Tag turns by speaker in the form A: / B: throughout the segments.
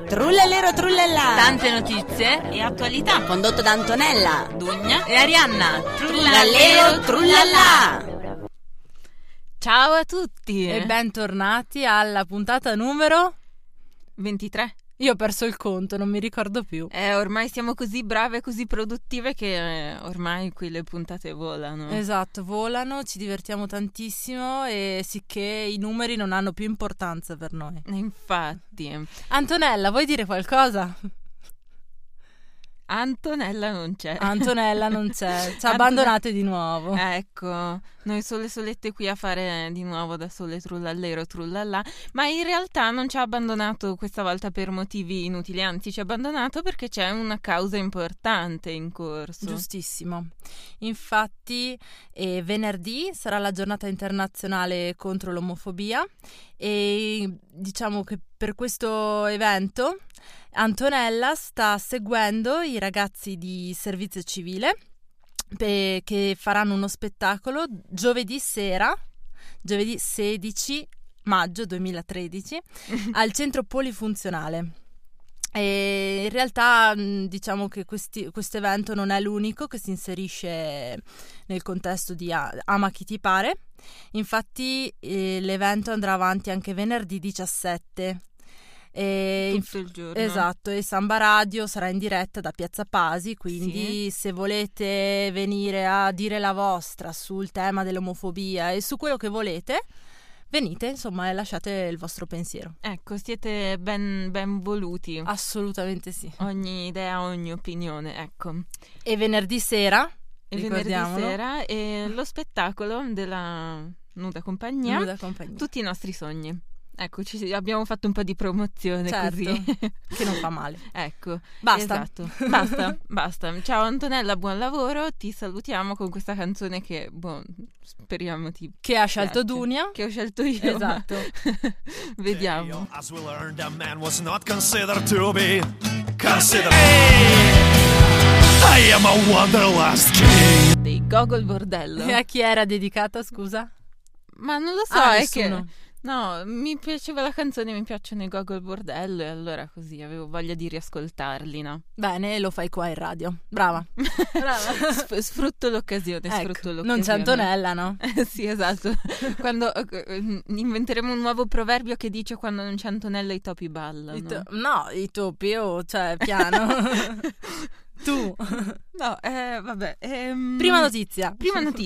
A: Trullallero trullallà.
B: Tante notizie e attualità.
A: Condotto da Antonella,
B: Dugna e Arianna.
A: Trullallero trullallà.
B: Ciao a tutti
C: e bentornati alla puntata numero
B: 23.
C: Io ho perso il conto, non mi ricordo più.
B: Ormai siamo così brave e così produttive che ormai qui le puntate volano.
C: Esatto, volano, ci divertiamo tantissimo e sicché i numeri non hanno più importanza per noi.
B: Infatti.
C: Antonella, vuoi dire qualcosa?
B: Antonella non c'è.
C: Antonella non c'è, ci ha abbandonate di nuovo.
B: Ecco, noi solette qui a fare di nuovo da sole trullallero trullallà, ma in realtà non ci ha abbandonato questa volta per motivi inutili, anzi ci ha abbandonato perché c'è una causa importante in corso.
C: Giustissimo. Infatti venerdì sarà la giornata internazionale contro l'omofobia e diciamo che per questo evento Antonella sta seguendo i ragazzi di servizio civile che faranno uno spettacolo giovedì 16 maggio 2013 al centro polifunzionale. E in realtà diciamo che questo evento non è l'unico che si inserisce nel contesto di Ama chi ti pare. Infatti l'evento andrà avanti anche venerdì 17.
B: Tutto il giorno.
C: Esatto, e Samba Radio sarà in diretta da Piazza Pasi, quindi se volete venire a dire la vostra sul tema dell'omofobia e su quello che volete, venite insomma e lasciate il vostro pensiero.
B: Ecco, siete ben voluti.
C: Assolutamente sì.
B: Ogni idea, ogni opinione, ecco.
C: E venerdì sera,
B: e lo spettacolo della Nuda Compagnia. Tutti i nostri sogni. Ecco, abbiamo fatto un po' di promozione,
C: certo,
B: così
C: che non fa male.
B: Ecco,
C: basta.
B: Esatto. Basta. Ciao Antonella, buon lavoro. Ti salutiamo con questa canzone che speriamo
C: che ha scelto Dunia,
B: che ho scelto io.
C: Esatto.
B: Vediamo.
D: As we learned, a man was not considered to be considered. I am a wanderlust king.
B: Dei Gogol Bordello.
C: E a chi era dedicata, scusa?
B: Ma non lo so, è
C: nessuno.
B: che no, mi piaceva la canzone, mi piacciono i Gogol Bordello e allora così avevo voglia di riascoltarli, no?
C: Bene, lo fai qua in radio. Brava.
B: Sfrutto l'occasione,
C: Non c'è Antonella, no?
B: Sì, esatto. Quando inventeremo un nuovo proverbio che dice quando non c'è Antonella i topi ballano.
C: No, i topi, cioè piano. Tu.
B: No, vabbè.
C: Prima notizia,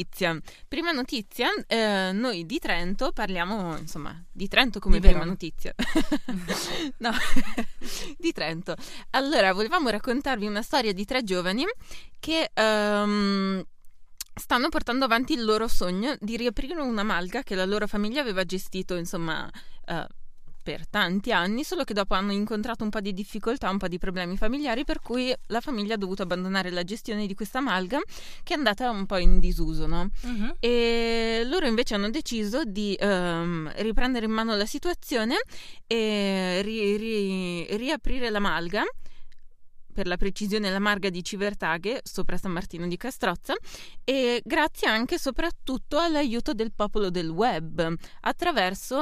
B: noi di Trento parliamo, insomma, di Trento come prima notizia. No, di Trento. Allora, volevamo raccontarvi una storia di 3 giovani che stanno portando avanti il loro sogno di riaprire una malga che la loro famiglia aveva gestito, insomma, per tanti anni, solo che dopo hanno incontrato un po' di difficoltà, un po' di problemi familiari, per cui la famiglia ha dovuto abbandonare la gestione di questa malga che è andata un po' in disuso, no?
C: Uh-huh.
B: E loro invece hanno deciso di riprendere in mano la situazione e riaprire la malga, per la precisione la Marga di Civertaghe, sopra San Martino di Castrozza, e grazie anche e soprattutto all'aiuto del popolo del web, attraverso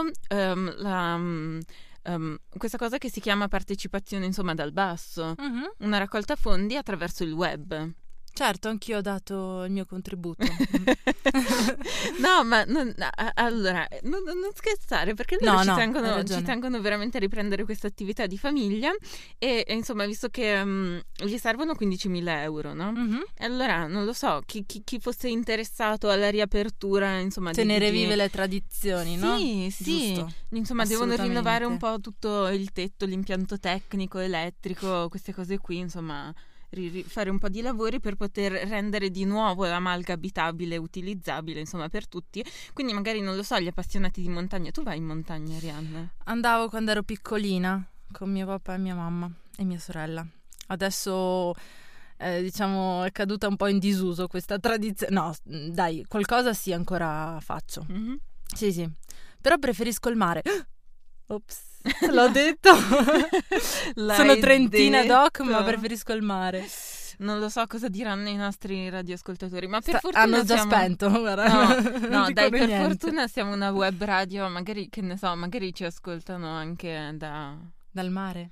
B: questa cosa che si chiama partecipazione, insomma, dal basso, una raccolta fondi attraverso il web.
C: Certo, anch'io ho dato il mio contributo.
B: No, ma allora, non scherzare, perché loro ci tengono veramente a riprendere questa attività di famiglia e insomma, visto che gli servono 15.000 euro, no?
C: Uh-huh.
B: E allora, non lo so, chi fosse interessato alla riapertura, insomma...
C: Tenere vive le tradizioni, no?
B: Sì,
C: Giusto.
B: Insomma, devono rinnovare un po' tutto il tetto, l'impianto tecnico, elettrico, queste cose qui, insomma... fare un po' di lavori per poter rendere di nuovo la malga abitabile, utilizzabile, insomma, per tutti. Quindi magari, non lo so, gli appassionati di montagna. Tu vai in montagna, Arianna?
C: Andavo quando ero piccolina con mio papà e mia mamma e mia sorella. Adesso diciamo è caduta un po' in disuso questa tradizione. No, dai, qualcosa sì ancora faccio.
B: Mm-hmm.
C: Sì, però preferisco il mare. Ops, l'ho detto. Sono trentina doc, ma preferisco il mare.
B: Non lo so cosa diranno i nostri radioascoltatori, ma per fortuna
C: hanno già spento, guarda.
B: No, dai, per
C: niente.
B: fortuna siamo una web radio, magari, che ne so, magari ci ascoltano anche
C: dal mare.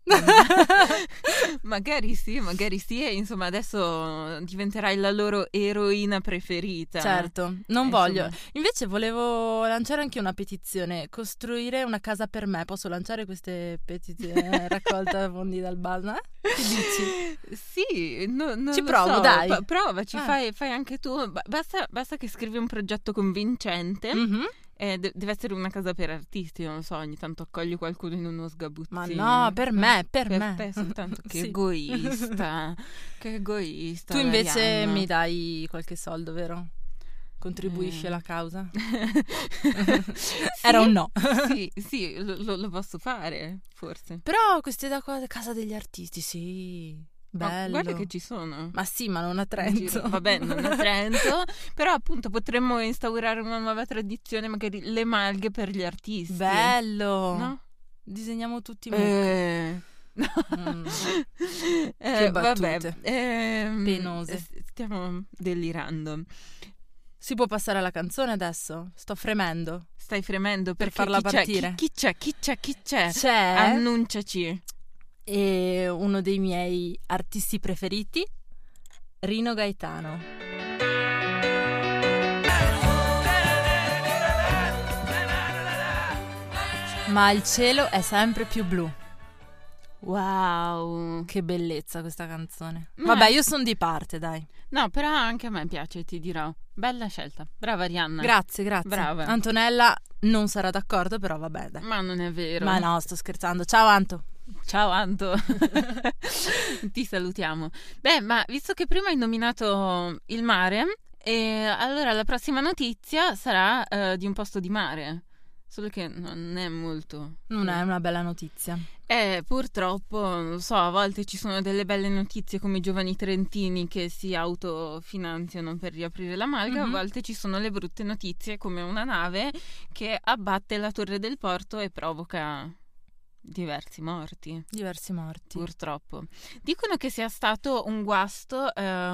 B: Magari sì, e insomma adesso diventerai la loro eroina preferita.
C: Certo, non
B: Insomma.
C: voglio. Invece volevo lanciare anche una petizione, costruire una casa per me. Posso lanciare queste petizioni raccolta fondi dal Basna? Che dici?
B: Sì, non
C: Ci
B: lo
C: provo,
B: so.
C: dai.
B: Provaci, fai anche tu. Basta che scrivi un progetto convincente.
C: Mhm.
B: Deve essere una casa per artisti, non lo so, ogni tanto accogli qualcuno in uno sgabuzzino.
C: Ma no, per me, per me.
B: te soltanto. Che
C: Sì.
B: egoista, che egoista.
C: Tu invece
B: Marianna.
C: mi dai qualche soldo, vero? Contribuisci alla causa?
B: Sì,
C: Era un no.
B: Sì, lo posso fare, forse.
C: Però queste da casa degli artisti, sì.
B: Ma
C: Bello.
B: guarda che ci sono.
C: Ma sì, ma non a
B: In
C: Trento.
B: giro. Vabbè, non a Trento, però appunto potremmo instaurare una nuova tradizione, magari le malghe per gli artisti.
C: Bello.
B: No?
C: Disegniamo tutti
B: No.
C: Che
B: vabbè,
C: battute. Penose.
B: Stiamo delirando.
C: Si può passare alla canzone adesso? Sto fremendo.
B: Stai fremendo
C: Per
B: perché
C: farla
B: chi c'è?
C: partire.
B: Chi c'è?
C: C'è
B: Annunciaci.
C: uno dei miei artisti preferiti, Rino Gaetano. Ma il cielo è sempre più blu.
B: Wow.
C: Che bellezza questa canzone.
B: Ma-
C: Vabbè, io sono di parte, dai.
B: No, però anche a me piace, ti dirò. Bella scelta. Brava Arianna.
C: Grazie.
B: Brava.
C: Antonella non sarà d'accordo, però vabbè, dai.
B: Ma non è vero.
C: Ma no, sto scherzando. Ciao Anto.
B: Ciao Anto. Ti salutiamo. Beh, ma visto che prima hai nominato il mare, allora la prossima notizia sarà di un posto di mare. Solo che non è molto.
C: Non è una bella notizia.
B: Purtroppo, non lo so, a volte ci sono delle belle notizie come i giovani trentini che si autofinanziano per riaprire la malga, a volte ci sono le brutte notizie come una nave che abbatte la torre del porto e provoca diversi morti.
C: Diversi morti.
B: Purtroppo. Dicono che sia stato un guasto.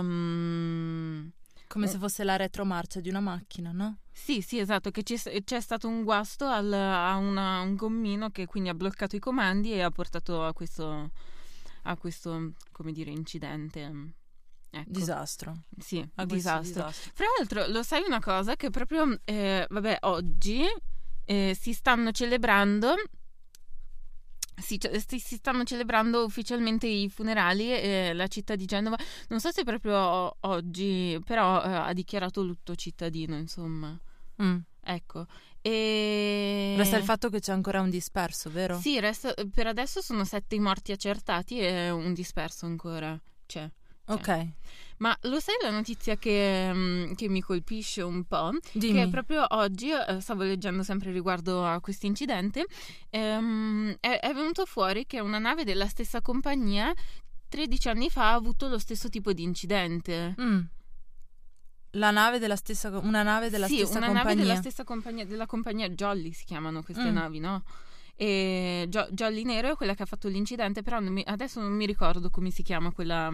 C: Come se fosse la retromarcia di una macchina, no?
B: Sì, esatto, che c'è stato un guasto a un gommino che quindi ha bloccato i comandi e ha portato a questo come dire, incidente. Ecco.
C: Disastro.
B: Sì,
C: A questo
B: disastro. Fra l'altro, lo sai una cosa? Che proprio, oggi si stanno celebrando. Si stanno celebrando ufficialmente i funerali e la città di Genova, non so se proprio oggi, però ha dichiarato lutto cittadino, insomma. Ecco. E
C: Resta il fatto che c'è ancora un disperso, vero?
B: sì, per adesso sono 7 i morti accertati e un disperso ancora c'è.
C: Ok.
B: Ma lo sai la notizia che mi colpisce un po'?
C: Dimmi.
B: Che proprio oggi, stavo leggendo sempre riguardo a questo incidente, è venuto fuori che una nave della stessa compagnia 13 anni fa ha avuto lo stesso tipo di incidente.
C: Una nave della stessa compagnia.
B: Nave della stessa compagnia, della compagnia Jolly si chiamano queste navi, no? E Jolly Nero è quella che ha fatto l'incidente, però adesso non mi ricordo come si chiama quella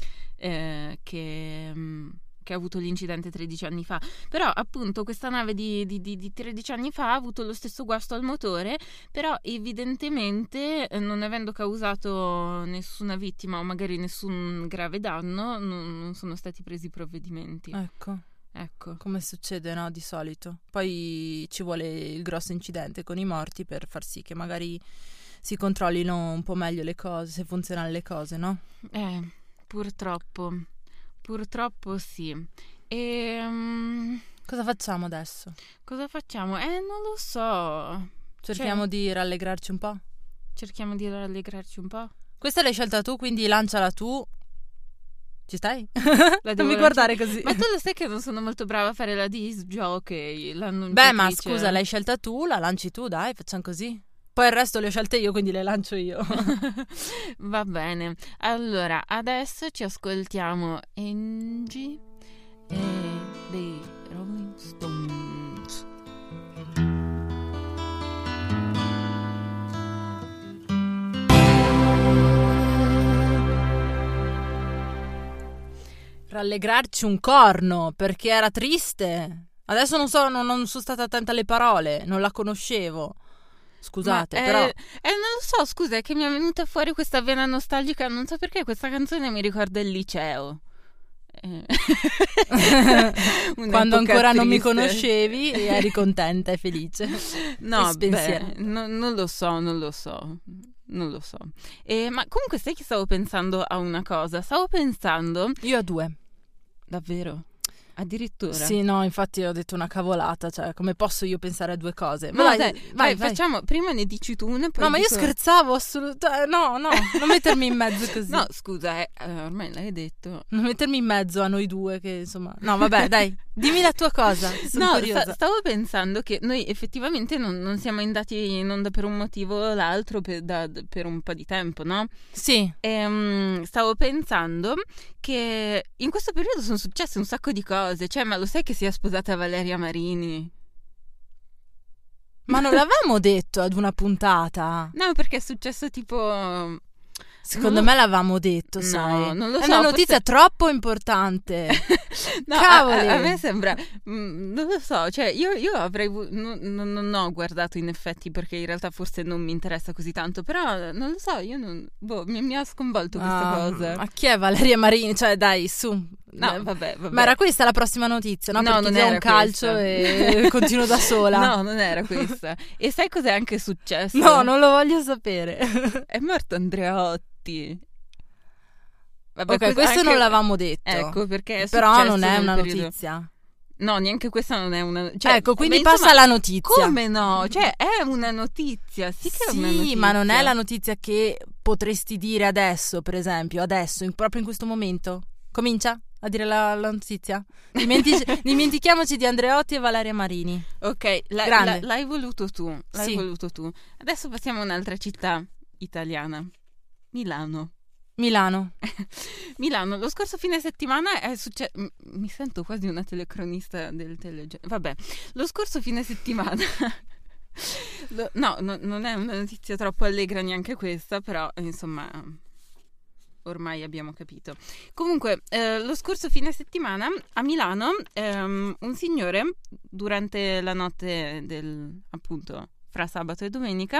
B: che ha avuto l'incidente 13 anni fa. Però appunto questa nave di 13 anni fa ha avuto lo stesso guasto al motore, però evidentemente non avendo causato nessuna vittima o magari nessun grave danno non sono stati presi provvedimenti. Ecco.
C: Come succede, no? Di solito. Poi ci vuole il grosso incidente con i morti per far sì che magari si controllino un po' meglio le cose, se funzionano le cose, no?
B: Purtroppo sì.
C: Cosa facciamo adesso?
B: Cosa facciamo? Non lo so.
C: Cerchiamo di rallegrarci un po'?
B: Cerchiamo di rallegrarci un po'.
C: Questa l'hai scelta tu, quindi lanciala tu. Ci stai?
B: La
C: Non
B: devo
C: mi guardare
B: lanciare.
C: così.
B: Ma tu lo sai che non sono molto brava a fare la disc jockey,
C: Beh, ma scusa, l'hai scelta tu, la lanci tu, dai, facciamo così. Poi il resto le ho scelte io, quindi le lancio io.
B: Va bene. Allora, adesso ci ascoltiamo Angie e dei Rolling Stones.
C: Rallegrarci un corno, perché era triste. Adesso non sono stata attenta alle parole, non la conoscevo. Scusate,
B: Ma,
C: però...
B: non lo so, scusa, è che mi è venuta fuori questa vena nostalgica, non so perché questa canzone mi ricorda il liceo.
C: Quando ancora non mi
B: triste.
C: conoscevi e eri contenta e felice.
B: No,
C: E spensiera.
B: non lo so. Ma comunque sai che stavo pensando a una cosa? Stavo pensando...
C: Io a 2.
B: Davvero? Addirittura?
C: Sì, no, infatti ho detto una cavolata, cioè come posso io pensare a 2 cose?
B: No,
C: Ma
B: vai, facciamo... Prima ne dici tu una, poi
C: No, ma io
B: dico-
C: scherzavo assolutamente. No, non mettermi in mezzo così.
B: No, scusa, ormai l'hai detto.
C: Non mettermi in mezzo a noi due che insomma... No, vabbè, dai, dimmi la tua cosa, sono
B: No,
C: curiosa.
B: stavo pensando che noi effettivamente non siamo andati in onda per un motivo o l'altro per un po' di tempo, no?
C: Sì,
B: Stavo pensando che in questo periodo sono successe un sacco di cose, cioè, ma lo sai che si è sposata Valeria Marini?
C: ma non l'avevamo detto ad una puntata.
B: No, perché è successo tipo...
C: Secondo
B: Non lo-
C: me l'avevamo detto,
B: No,
C: sai.
B: non lo
C: È
B: so,
C: una notizia
B: forse-
C: troppo importante.
B: No,
C: Cavoli.
B: a me sembra, non lo so, cioè io avrei, non ho guardato in effetti perché in realtà forse non mi interessa così tanto, però non lo so, io non, mi ha sconvolto questa cosa.
C: Ma chi è Valeria Marini? Cioè, dai, su.
B: No, vabbè.
C: Ma era questa la prossima notizia, no?
B: No,
C: Perché
B: non
C: do
B: era
C: un calcio
B: questa.
C: e continuo da sola.
B: No, non era questa. E sai cos'è anche successo?
C: No, non lo voglio sapere.
B: È morto Andreotti. Vabbè,
C: Ok, questo
B: anche-
C: non l'avevamo detto.
B: Ecco, perché è
C: Però
B: successo
C: non è
B: nel
C: una
B: periodo-
C: notizia.
B: No, neanche questa non è una... Cioè,
C: Ecco, quindi
B: ma insomma,
C: passa alla notizia.
B: Come no? Cioè, è una notizia. Sì che è una
C: Sì,
B: notizia.
C: ma non è la notizia che potresti dire adesso, per esempio, adesso, proprio in questo momento. Comincia a dire la notizia. Dimentichiamoci di Andreotti e Valeria Marini.
B: Ok,
C: Grande.
B: l'hai voluto tu. L'hai
C: Sì.
B: voluto tu. Adesso passiamo a un'altra città italiana. Milano.
C: Milano.
B: Milano, lo scorso fine settimana è successo... Mi sento quasi una telecronista del Vabbè, lo scorso fine settimana... No, non è una notizia troppo allegra neanche questa, però insomma... Ormai abbiamo capito. Comunque, lo scorso fine settimana a Milano un signore, durante la notte del, appunto, fra sabato e domenica,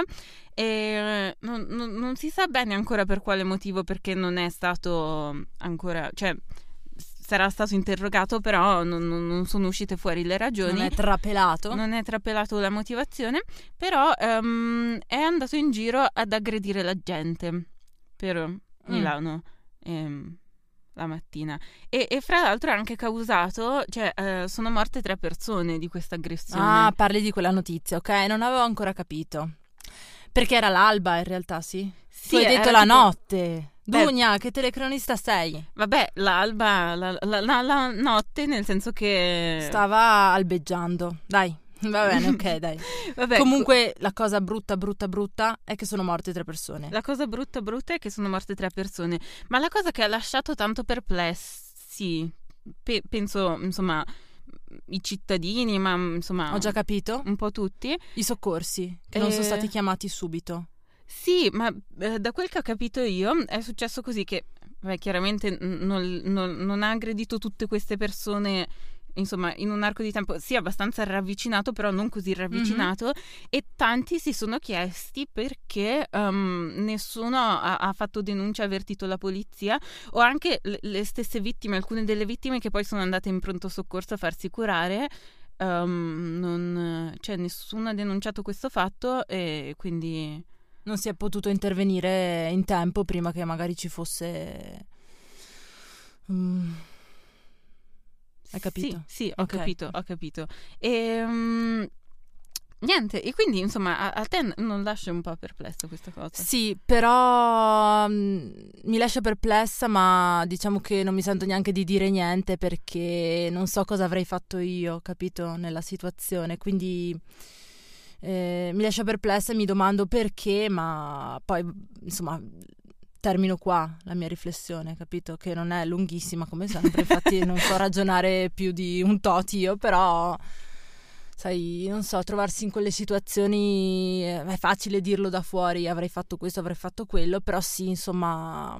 B: non si sa bene ancora per quale motivo, perché non è stato ancora, cioè sarà stato interrogato, però non sono uscite fuori le ragioni.
C: Non è trapelato.
B: Non è trapelato la motivazione, però è andato in giro ad aggredire la gente per Milano la mattina e fra l'altro ha anche causato, cioè sono morte 3 persone di questa aggressione.
C: Ah, parli di quella notizia, ok? Non avevo ancora capito. Perché era l'alba in realtà, sì?
B: Sì,
C: Tu hai detto
B: era
C: la
B: tipo-
C: notte. Dugna, che telecronista sei?
B: Vabbè, l'alba, la notte, nel senso che
C: Stava albeggiando. Dai, va bene, ok, dai.
B: vabbè,
C: Comunque la cosa brutta è che sono morte 3 persone.
B: la cosa brutta è che sono morte 3 persone, ma la cosa che ha lasciato tanto perplessi, penso, insomma, i cittadini, ma insomma
C: Ho già capito.
B: un po' tutti.
C: I soccorsi, che non sono stati chiamati subito.
B: Sì, ma da quel che ho capito io è successo così che chiaramente non ha aggredito tutte queste persone, insomma, in un arco di tempo sì abbastanza ravvicinato, però non così ravvicinato, e tanti si sono chiesti perché nessuno ha fatto denuncia, ha avvertito la polizia, o anche le stesse vittime, alcune delle vittime che poi sono andate in pronto soccorso a farsi curare. Cioè nessuno ha denunciato questo fatto e quindi
C: Non si è potuto intervenire in tempo prima che magari ci fosse... Hai capito?
B: Sì, ho
C: Ok.
B: capito. E niente, e quindi insomma a te non lascia un po' perplesso questa cosa?
C: Sì, però mi lascia perplessa, ma diciamo che non mi sento neanche di dire niente perché non so cosa avrei fatto io, capito, nella situazione. Quindi mi lascia perplessa e mi domando perché, ma poi insomma termino qua la mia riflessione, capito? Che non è lunghissima come sempre, infatti non so ragionare più di un tot io, però... Sai, non so, trovarsi in quelle situazioni è facile dirlo da fuori, avrei fatto questo, avrei fatto quello, però sì, insomma,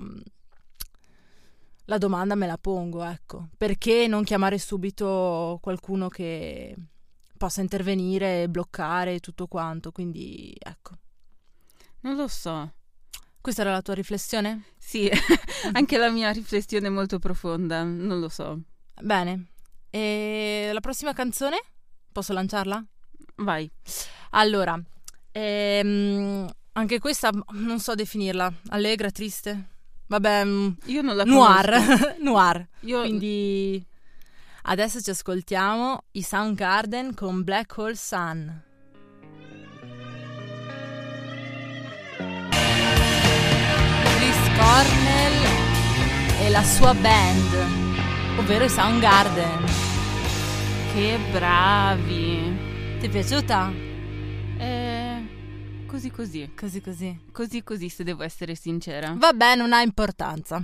C: la domanda me la pongo, ecco. Perché non chiamare subito qualcuno che possa intervenire e bloccare tutto quanto, quindi ecco.
B: Non lo so.
C: Questa era la tua riflessione?
B: Sì, anche la mia riflessione è molto profonda, non lo so.
C: Bene, e la prossima canzone? Posso lanciarla?
B: Vai.
C: Allora, anche questa non so definirla, allegra, triste, vabbè,
B: Io non la
C: noir,
B: conosco.
C: noir,
B: Io...
C: quindi adesso ci ascoltiamo i Soundgarden con Black Hole Sun. Chris Cornell e la sua band, ovvero i Soundgarden.
B: Che bravi.
C: Ti è piaciuta?
B: Così così.
C: Così così.
B: Così così, se devo essere sincera.
C: Vabbè, non ha importanza.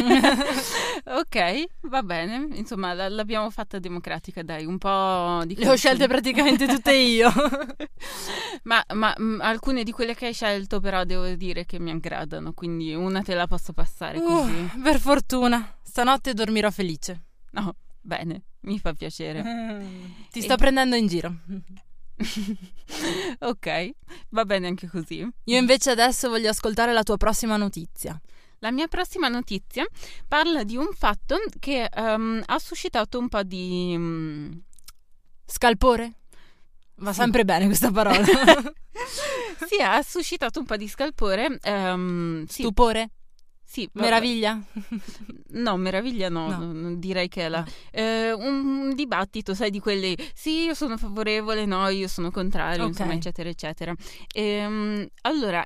B: Ok, va bene. Insomma, l'abbiamo fatta democratica, dai, un po' di...
C: Le ho scelte praticamente tutte io.
B: Ma alcune di quelle che hai scelto però devo dire che mi aggradano, quindi una te la posso passare così.
C: Per fortuna. Stanotte dormirò felice.
B: No, bene, mi fa piacere.
C: Ti sto prendendo in giro.
B: Ok, va bene anche così.
C: Io invece adesso voglio ascoltare la tua prossima notizia.
B: La mia prossima notizia parla di un fatto che ha suscitato un po' di...
C: Scalpore? Va sempre bene questa parola.
B: Sì, ha suscitato un po' di scalpore. Sì.
C: Stupore?
B: Sì,
C: Meraviglia?
B: No, meraviglia no. Non direi che è un dibattito, sai, di quelli, sì, io sono favorevole, no, io sono contrario,
C: Ok.
B: insomma, eccetera, eccetera. Allora,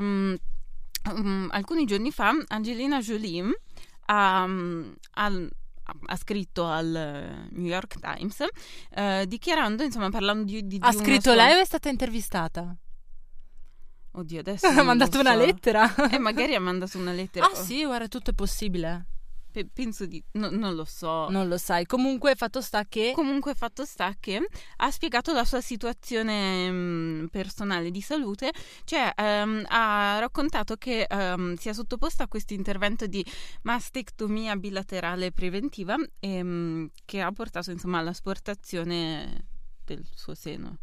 B: alcuni giorni fa Angelina Jolie ha scritto al New York Times dichiarando, insomma, parlando di
C: Ha
B: una
C: scritto
B: sua...
C: lei o è stata intervistata?
B: Oddio, adesso
C: Ha
B: non
C: mandato
B: lo
C: una
B: so.
C: lettera?
B: Magari ha mandato una lettera.
C: Ah sì, guarda, tutto è possibile.
B: Penso di... non lo so.
C: Non lo sai. Comunque fatto sta che...
B: Comunque fatto sta che ha spiegato la sua situazione personale di salute, cioè ha raccontato che si è sottoposta a questo intervento di mastectomia bilaterale preventiva che ha portato, insomma, all'asportazione del suo seno.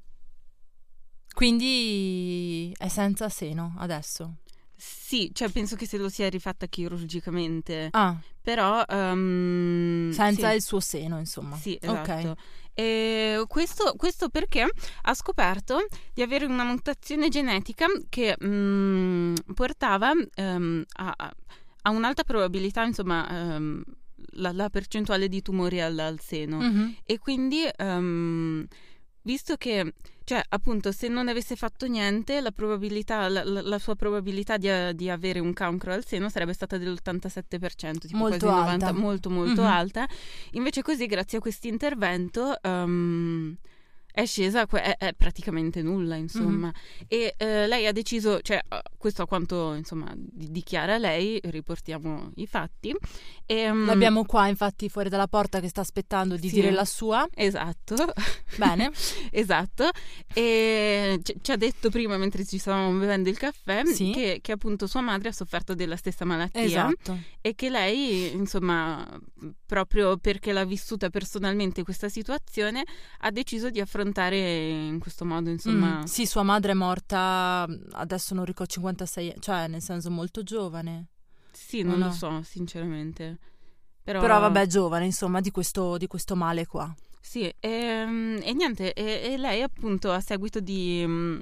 C: Quindi è senza seno adesso.
B: Sì, cioè penso che se lo sia rifatta chirurgicamente,
C: Ah,
B: però
C: senza
B: sì.
C: il suo seno, insomma.
B: Sì, esatto.
C: Ok.
B: E questo perché ha scoperto di avere una mutazione genetica che portava a un'alta probabilità, insomma, la percentuale di tumori al seno.
C: Mhm.
B: E quindi, visto che, cioè, appunto, se non avesse fatto niente, la probabilità, la sua probabilità di avere un cancro al seno sarebbe stata dell'87%, tipo
C: Molto
B: quasi 90,
C: alta.
B: molto molto
C: Mhm.
B: alta. Invece così, grazie a questo intervento, è scesa, è praticamente nulla, insomma. E lei ha deciso, cioè, questo a quanto, insomma, dichiara lei, riportiamo i fatti.
C: L'abbiamo qua, infatti, fuori dalla porta che sta aspettando di
B: Sì.
C: dire la sua.
B: Esatto.
C: Bene.
B: Esatto. E ci ha detto prima, mentre ci stavamo bevendo il caffè,
C: Sì.
B: che appunto sua madre ha sofferto della stessa malattia.
C: Esatto.
B: E che lei, insomma, proprio perché l'ha vissuta personalmente questa situazione, ha deciso di affrontare in questo modo, insomma.
C: Sì, sua madre è morta, adesso non ricordo, 56, cioè nel senso molto giovane.
B: Sì, non
C: No.
B: lo so, sinceramente. Però
C: Però vabbè, giovane, insomma, di questo male qua.
B: Sì, e niente, e lei appunto a seguito di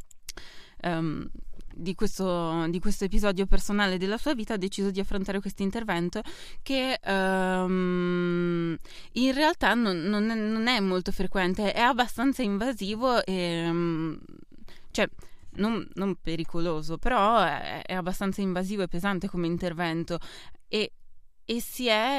B: questo episodio personale della sua vita ha deciso di affrontare questo intervento che in realtà non è molto frequente, è abbastanza invasivo e cioè non pericoloso, però è abbastanza invasivo e pesante come intervento e si è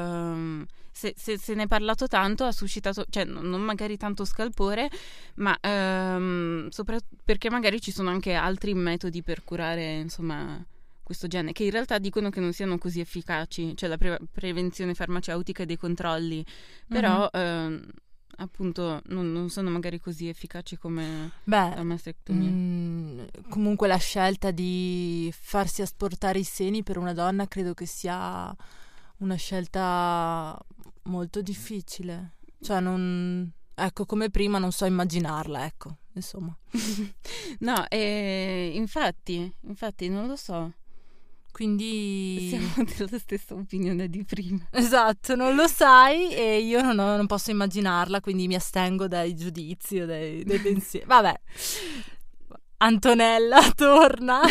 B: se ne è parlato tanto, ha suscitato, cioè non magari tanto scalpore, ma soprattutto perché magari ci sono anche altri metodi per curare, insomma, questo genere, che in realtà dicono che non siano così efficaci, cioè la prevenzione farmaceutica e dei controlli, però appunto non sono magari così efficaci come la mastectomia.
C: Comunque la scelta di farsi asportare i seni per una donna credo che sia una scelta molto difficile, cioè ecco, come prima non so immaginarla, ecco, insomma.
B: No, infatti non lo so.
C: Quindi
B: siamo della stessa opinione di prima.
C: esatto, non lo sai e io non posso immaginarla, quindi mi astengo dai giudizi o dai pensieri. Vabbè, Antonella torna.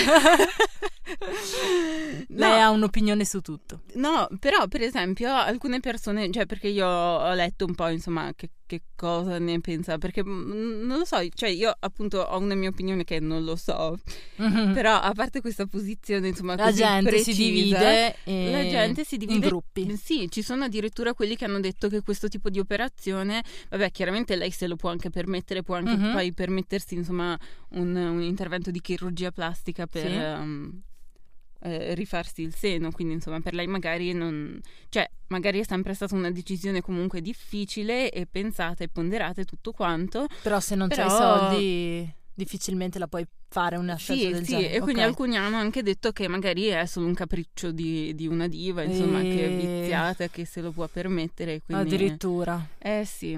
C: Lei ha un'opinione su tutto.
B: No, però per esempio alcune persone, cioè perché io ho letto un po' insomma che cosa ne pensa, perché non lo so, cioè io appunto ho una mia opinione che non lo so, però a parte questa posizione insomma
C: la
B: così
C: gente
B: precisa,
C: la gente si divide
B: in
C: gruppi.
B: Sì, ci sono addirittura quelli che hanno detto che questo tipo di operazione, vabbè, chiaramente lei se lo può anche permettere, può anche poi permettersi insomma un intervento di chirurgia plastica per rifarsi il seno, quindi insomma per lei magari magari è sempre stata una decisione comunque difficile e pensata e ponderata e tutto quanto,
C: però se non c'hai soldi difficilmente la puoi fare una scelta del genere.
B: E quindi alcuni hanno anche detto che magari è solo un capriccio di una diva, insomma, che è viziata, che se lo può permettere, quindi
C: addirittura
B: sì.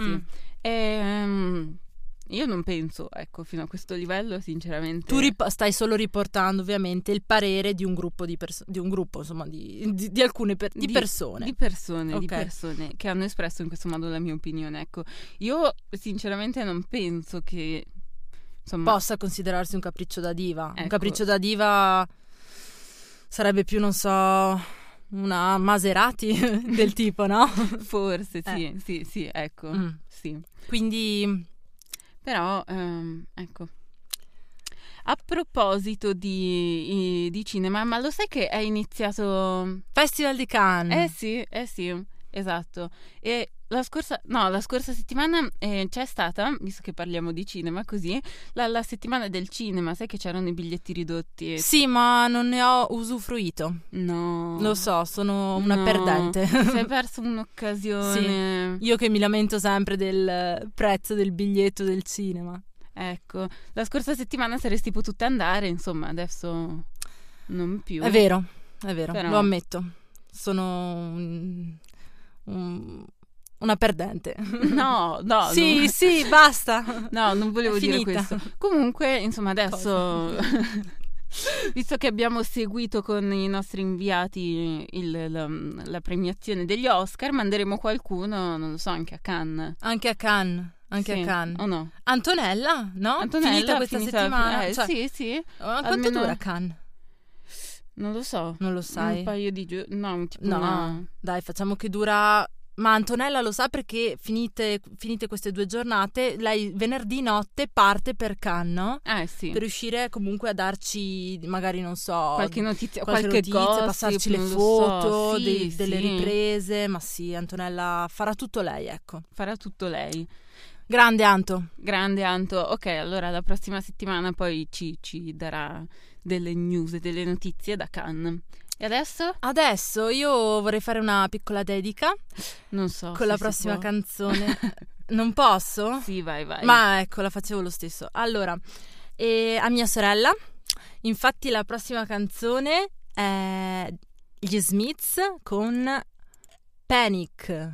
B: Io non penso, ecco, fino a questo livello, sinceramente.
C: Tu stai solo riportando ovviamente il parere di un gruppo di un gruppo, insomma, di alcune persone.
B: Di persone,
C: okay.
B: Di persone che hanno espresso in questo modo la mia opinione, ecco. Io sinceramente non penso che insomma
C: possa considerarsi un capriccio da diva.
B: Ecco.
C: Un capriccio da diva sarebbe più, non so, una Maserati del tipo, no?
B: Forse, sì, ecco, sì.
C: Quindi
B: però, ecco, a proposito di cinema, ma lo sai che è iniziato
C: Festival di Cannes?
B: Sì, esatto. E la scorsa settimana c'è stata, visto che parliamo di cinema così, la settimana del cinema, sai che c'erano i biglietti ridotti?
C: Sì, ma non ne ho usufruito.
B: No.
C: Lo so, sono una perdente.
B: Sei perso un'occasione.
C: Sì. Io che mi lamento sempre del prezzo del biglietto del cinema.
B: Ecco, la scorsa settimana saresti potuta andare, insomma, adesso non più.
C: È vero,
B: però
C: lo ammetto. Sono una perdente.
B: No.
C: Sì, basta.
B: No, non volevo dire questo. Comunque, insomma, adesso visto che abbiamo seguito con i nostri inviati la premiazione degli Oscar, manderemo qualcuno, non lo so, anche a Cannes.
C: Anche a Cannes.
B: O no?
C: Antonella, no?
B: Finita
C: questa settimana.
B: Sì.
C: Quanto
B: Almeno
C: dura Cannes?
B: Non lo so.
C: Non lo sai?
B: Un paio di giorni. No, tipo
C: no. Dai, facciamo che dura. Ma Antonella lo sa perché finite queste 2 giornate, lei venerdì notte parte per Cannes, no?
B: Sì.
C: Per riuscire comunque a darci, magari, non so,
B: qualche notizia,
C: gossip, passarci le foto,
B: sì,
C: delle riprese. Ma sì, Antonella farà tutto lei, ecco.
B: Farà tutto lei.
C: Grande Anto. Ok, allora la prossima settimana poi ci darà delle news e delle notizie da Cannes. E adesso? Adesso io vorrei fare una piccola dedica.
B: Non so.
C: Con la prossima canzone. Non posso?
B: Sì, vai.
C: Ma ecco, la facevo lo stesso. Allora, a mia sorella. Infatti la prossima canzone è gli Smiths con Panic.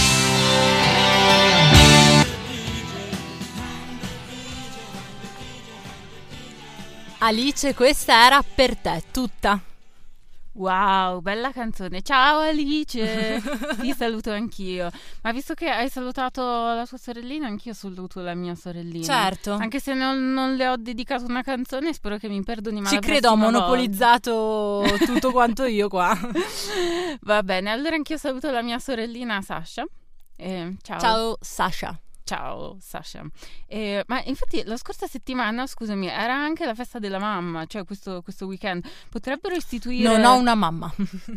C: Alice, questa era per te, tutta.
B: Wow, bella canzone. Ciao Alice, ti saluto anch'io. Ma visto che hai salutato la tua sorellina, anch'io saluto la mia sorellina.
C: Certo.
B: Anche se non le ho dedicato una canzone, spero che mi perdoni. Ma
C: ci credo, ho monopolizzato tutto quanto io qua.
B: Va bene, allora anch'io saluto la mia sorellina Sasha. Ciao.
C: Ciao Sasha.
B: Ciao Sasha. Ma infatti la scorsa settimana, scusami, era anche la festa della mamma, cioè questo weekend. Potrebbero istituire...
C: Non ho una mamma.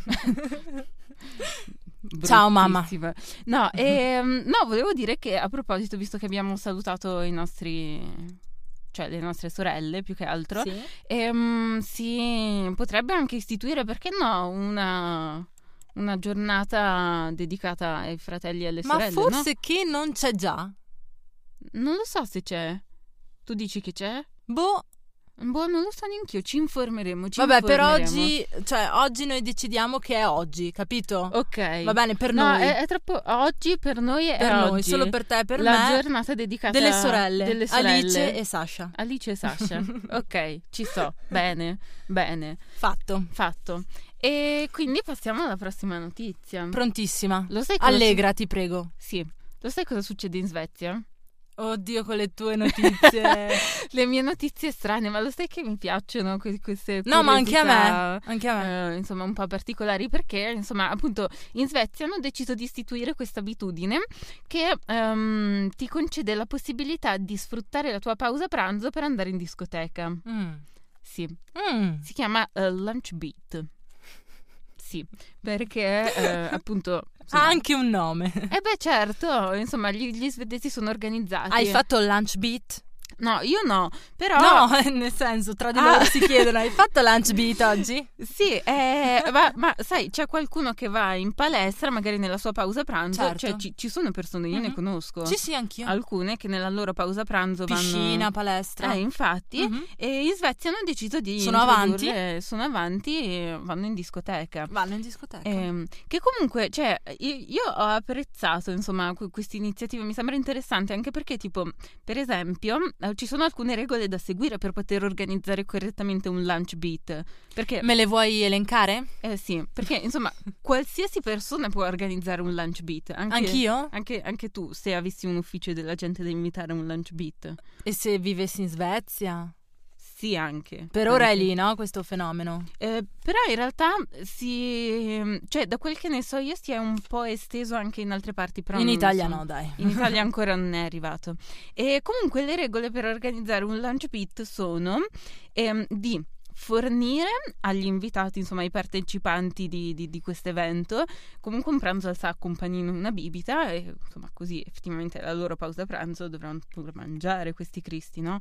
C: Ciao mamma.
B: No, no, volevo dire che a proposito, visto che abbiamo salutato le nostre sorelle più che altro,
C: sì.
B: Si potrebbe anche istituire, perché no, una giornata dedicata ai fratelli e alle sorelle.
C: Ma forse
B: no?
C: che non c'è già?
B: Non lo so se c'è. Tu dici che c'è?
C: Boh,
B: Boh, non lo so neanche io, ci informeremo.
C: Vabbè, per oggi, cioè oggi noi decidiamo che è oggi, capito?
B: Ok.
C: Va bene, per
B: no,
C: noi.
B: È troppo. Oggi per noi è
C: per noi,
B: oggi.
C: solo per te e per
B: la
C: me.
B: giornata dedicata
C: delle sorelle.
B: Alice
C: e Sasha.
B: Alice e Sasha. Ok, ci sto. Bene. Fatto. E quindi passiamo alla prossima notizia.
C: Prontissima.
B: Lo sai cosa
C: Allegra, ti prego.
B: Sì. Lo sai cosa succede in Svezia?
C: Oddio, con le tue notizie.
B: Le mie notizie strane, ma lo sai che mi piacciono queste
C: No, ma anche a
B: curiosità,
C: me. Anche a me.
B: Insomma, un po' particolari, perché, insomma, appunto, in Svezia hanno deciso di istituire questa abitudine che ti concede la possibilità di sfruttare la tua pausa pranzo per andare in discoteca. Sì. Si chiama Lunch Beat. Sì, perché appunto...
C: Ha anche un nome.
B: Beh, certo, insomma, gli svedesi sono organizzati.
C: Hai fatto il lunch beat?
B: No, io no, però...
C: No, nel senso, tra di loro si chiedono, hai fatto lunch beat oggi?
B: Sì, ma sai, c'è qualcuno che va in palestra, magari nella sua pausa pranzo,
C: certo.
B: Cioè ci sono persone, io ne conosco.
C: Sì, anch'io.
B: Alcune che nella loro pausa pranzo
C: Piscina,
B: vanno...
C: palestra.
B: Infatti, e in Svezia hanno deciso di
C: sono avanti
B: e vanno in discoteca. Che comunque, cioè, io ho apprezzato, insomma, queste iniziative, mi sembra interessante, anche perché, tipo, per esempio... ci sono alcune regole da seguire per poter organizzare correttamente un lunch beat. Perché
C: me le vuoi elencare?
B: Sì, perché insomma qualsiasi persona può organizzare un lunch beat.
C: Anch'io?
B: Anche tu, se avessi un ufficio della gente da invitare a un lunch beat.
C: E se vivessi in Svezia?
B: Sì, anche.
C: Per ora è lì, no? Questo fenomeno.
B: Però in realtà cioè, da quel che ne so io, si è un po' esteso anche in altre parti. Però
C: in Italia no, dai.
B: In Italia ancora non è arrivato. E comunque le regole per organizzare un lunch beat sono di fornire agli invitati, insomma ai partecipanti di questo evento, comunque un pranzo al sacco, un panino e una bibita, e insomma così effettivamente alla loro pausa pranzo dovranno pure mangiare questi cristi, no?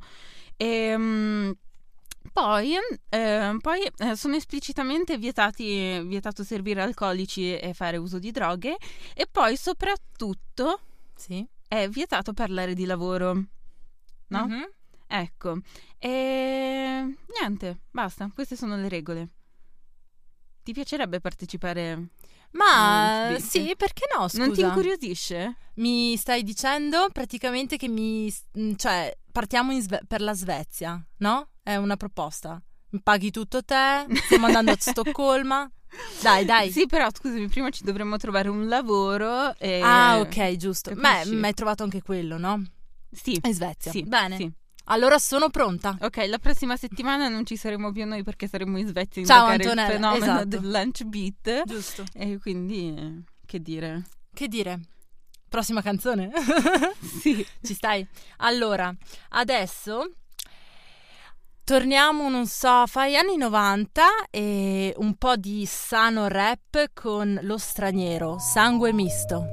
B: Poi sono esplicitamente vietato servire alcolici e fare uso di droghe, e poi soprattutto è vietato parlare di lavoro, no? Ecco, e niente, basta, queste sono le regole. Ti piacerebbe partecipare?
C: Ma sì, perché no, scusa?
B: Non ti incuriosisce?
C: Mi stai dicendo praticamente che cioè, partiamo per la Svezia, no? È una proposta. Mi paghi tutto te, stiamo andando a Stoccolma. Dai.
B: Sì, però scusami, prima ci dovremmo trovare un lavoro e...
C: Ah, ok, giusto. Ma
B: Capisci?
C: hai trovato anche quello, no?
B: Sì.
C: In Svezia.
B: Sì.
C: Bene.
B: Sì.
C: Allora sono pronta.
B: Ok, la prossima settimana non ci saremo più noi perché saremo in Svezia a
C: Ciao,
B: indagare il
C: Antonella,
B: fenomeno
C: esatto.
B: del lunch beat.
C: Giusto.
B: E quindi, che dire?
C: Prossima canzone?
B: Sì.
C: Ci stai? Allora, adesso torniamo, non so, fai anni 90 e un po' di sano rap con Lo Straniero, Sangue Misto.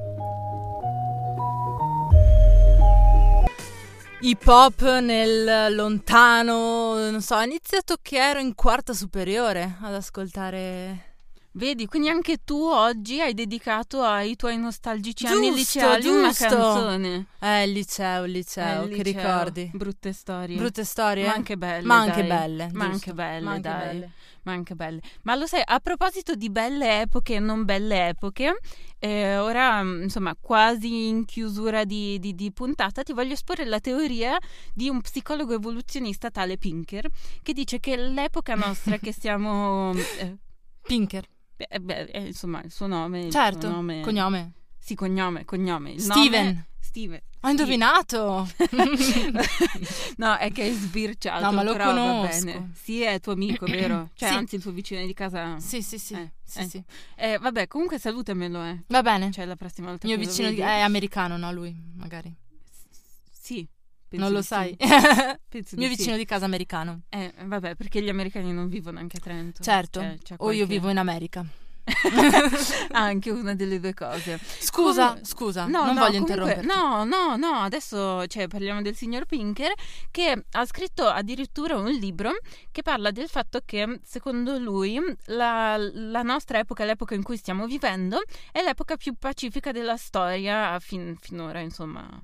C: Hip hop nel lontano, non so, ho iniziato che ero in quarta superiore ad ascoltare.
B: Vedi, quindi anche tu oggi hai dedicato ai tuoi nostalgici anni liceali una canzone.
C: Il liceo, che ricordi.
B: Brutte storie.
C: Ma anche belle. Ma anche belle.
B: Ma lo sai, a proposito di belle epoche e non belle epoche, ora, insomma, quasi in chiusura di puntata, ti voglio esporre la teoria di un psicologo evoluzionista tale Pinker, che dice che l'epoca nostra che stiamo...
C: Pinker.
B: Insomma, il suo nome...
C: Certo,
B: il suo nome...
C: cognome.
B: Sì, cognome. Il
C: Steven. Ho indovinato.
B: No, è che hai sbirciato.
C: No, ma lo
B: però
C: conosco.
B: Va bene. Sì, è tuo amico, vero? Cioè,
C: sì.
B: Anzi, il tuo vicino di casa.
C: Sì.
B: Vabbè, comunque salutamelo,
C: Va bene.
B: Cioè, la prossima volta
C: mio
B: che
C: vicino
B: lo vedi...
C: è americano, no? Lui, magari.
B: Sì.
C: Non lo sai. Mio vicino di casa americano.
B: Vabbè, perché gli americani non vivono anche a Trento.
C: Certo.
B: C'è
C: O io vivo in America.
B: Anche una delle due cose.
C: Scusa, non voglio interromperti.
B: No, adesso parliamo del signor Pinker, che ha scritto addirittura un libro che parla del fatto che secondo lui la nostra epoca, l'epoca in cui stiamo vivendo, è l'epoca più pacifica della storia finora, insomma.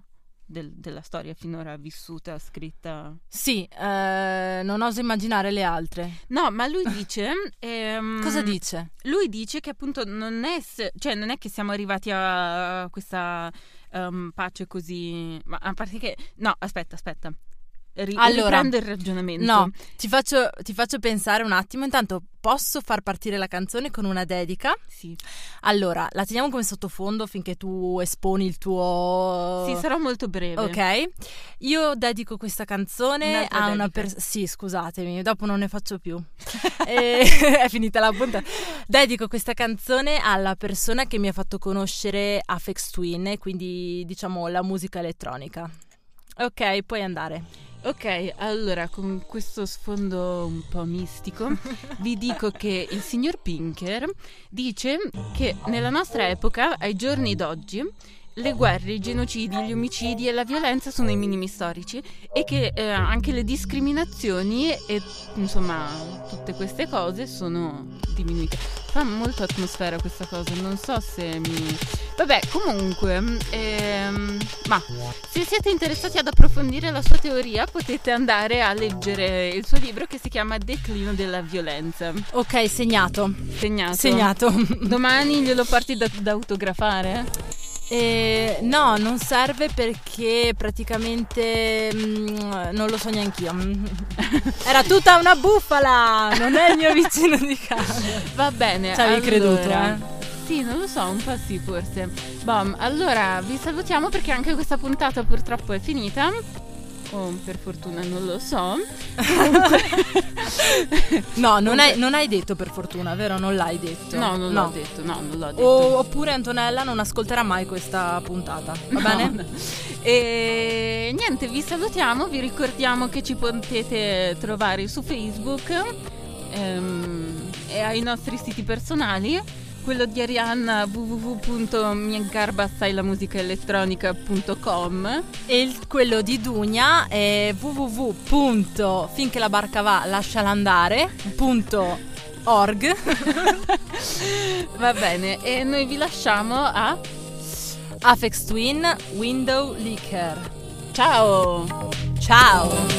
B: della storia finora vissuta, scritta.
C: Sì, non oso immaginare le altre.
B: No, ma lui dice...
C: Cosa dice?
B: Lui dice che appunto non è che siamo arrivati a questa pace così... Ma a parte che... No, aspetta.
C: Allora,
B: riprendo il ragionamento.
C: No, ti faccio pensare un attimo. Intanto posso far partire la canzone con una dedica?
B: Sì.
C: Allora, la teniamo come sottofondo finché tu esponi il tuo...
B: Sì, sarò molto breve.
C: Ok. Io dedico questa canzone a una persona... Sì, scusatemi, dopo non ne faccio più. È finita la puntata. Dedico questa canzone alla persona che mi ha fatto conoscere Aphex Twin, quindi diciamo la musica elettronica. Ok, puoi andare.
B: Ok, allora con questo sfondo un po' mistico vi dico che il signor Pinker dice che nella nostra epoca, ai giorni d'oggi, le guerre, i genocidi, gli omicidi e la violenza sono i minimi storici e che anche le discriminazioni e insomma tutte queste cose sono diminuite. Fa molto atmosfera questa cosa, non so se mi... Vabbè, comunque, ma se siete interessati ad approfondire la sua teoria potete andare a leggere il suo libro che si chiama Declino della violenza.
C: Ok, segnato.
B: Domani glielo porti da autografare?
C: No, non serve perché praticamente non lo so neanch'io. Era tutta una bufala, non è il mio vicino di casa.
B: Va bene,
C: ci avevi creduto,
B: Sì, non lo so, un po' sì forse. Allora vi salutiamo perché anche questa puntata purtroppo è finita. Oh, per fortuna non lo so.
C: No, non hai detto per fortuna, vero? Non l'hai detto.
B: No, non l'ho detto.
C: Oppure Antonella non ascolterà mai questa puntata. Va bene?
B: No. E niente, vi salutiamo. Vi ricordiamo che ci potete trovare su Facebook e ai nostri siti personali. Quello di Arianna www.miagarbastailamusicaelettronica.com
C: e quello di Dunia è www.finchelabarca va lascialandare.org.
B: Va bene, e noi vi lasciamo a
C: Aphex Twin Window Licker.
B: Ciao!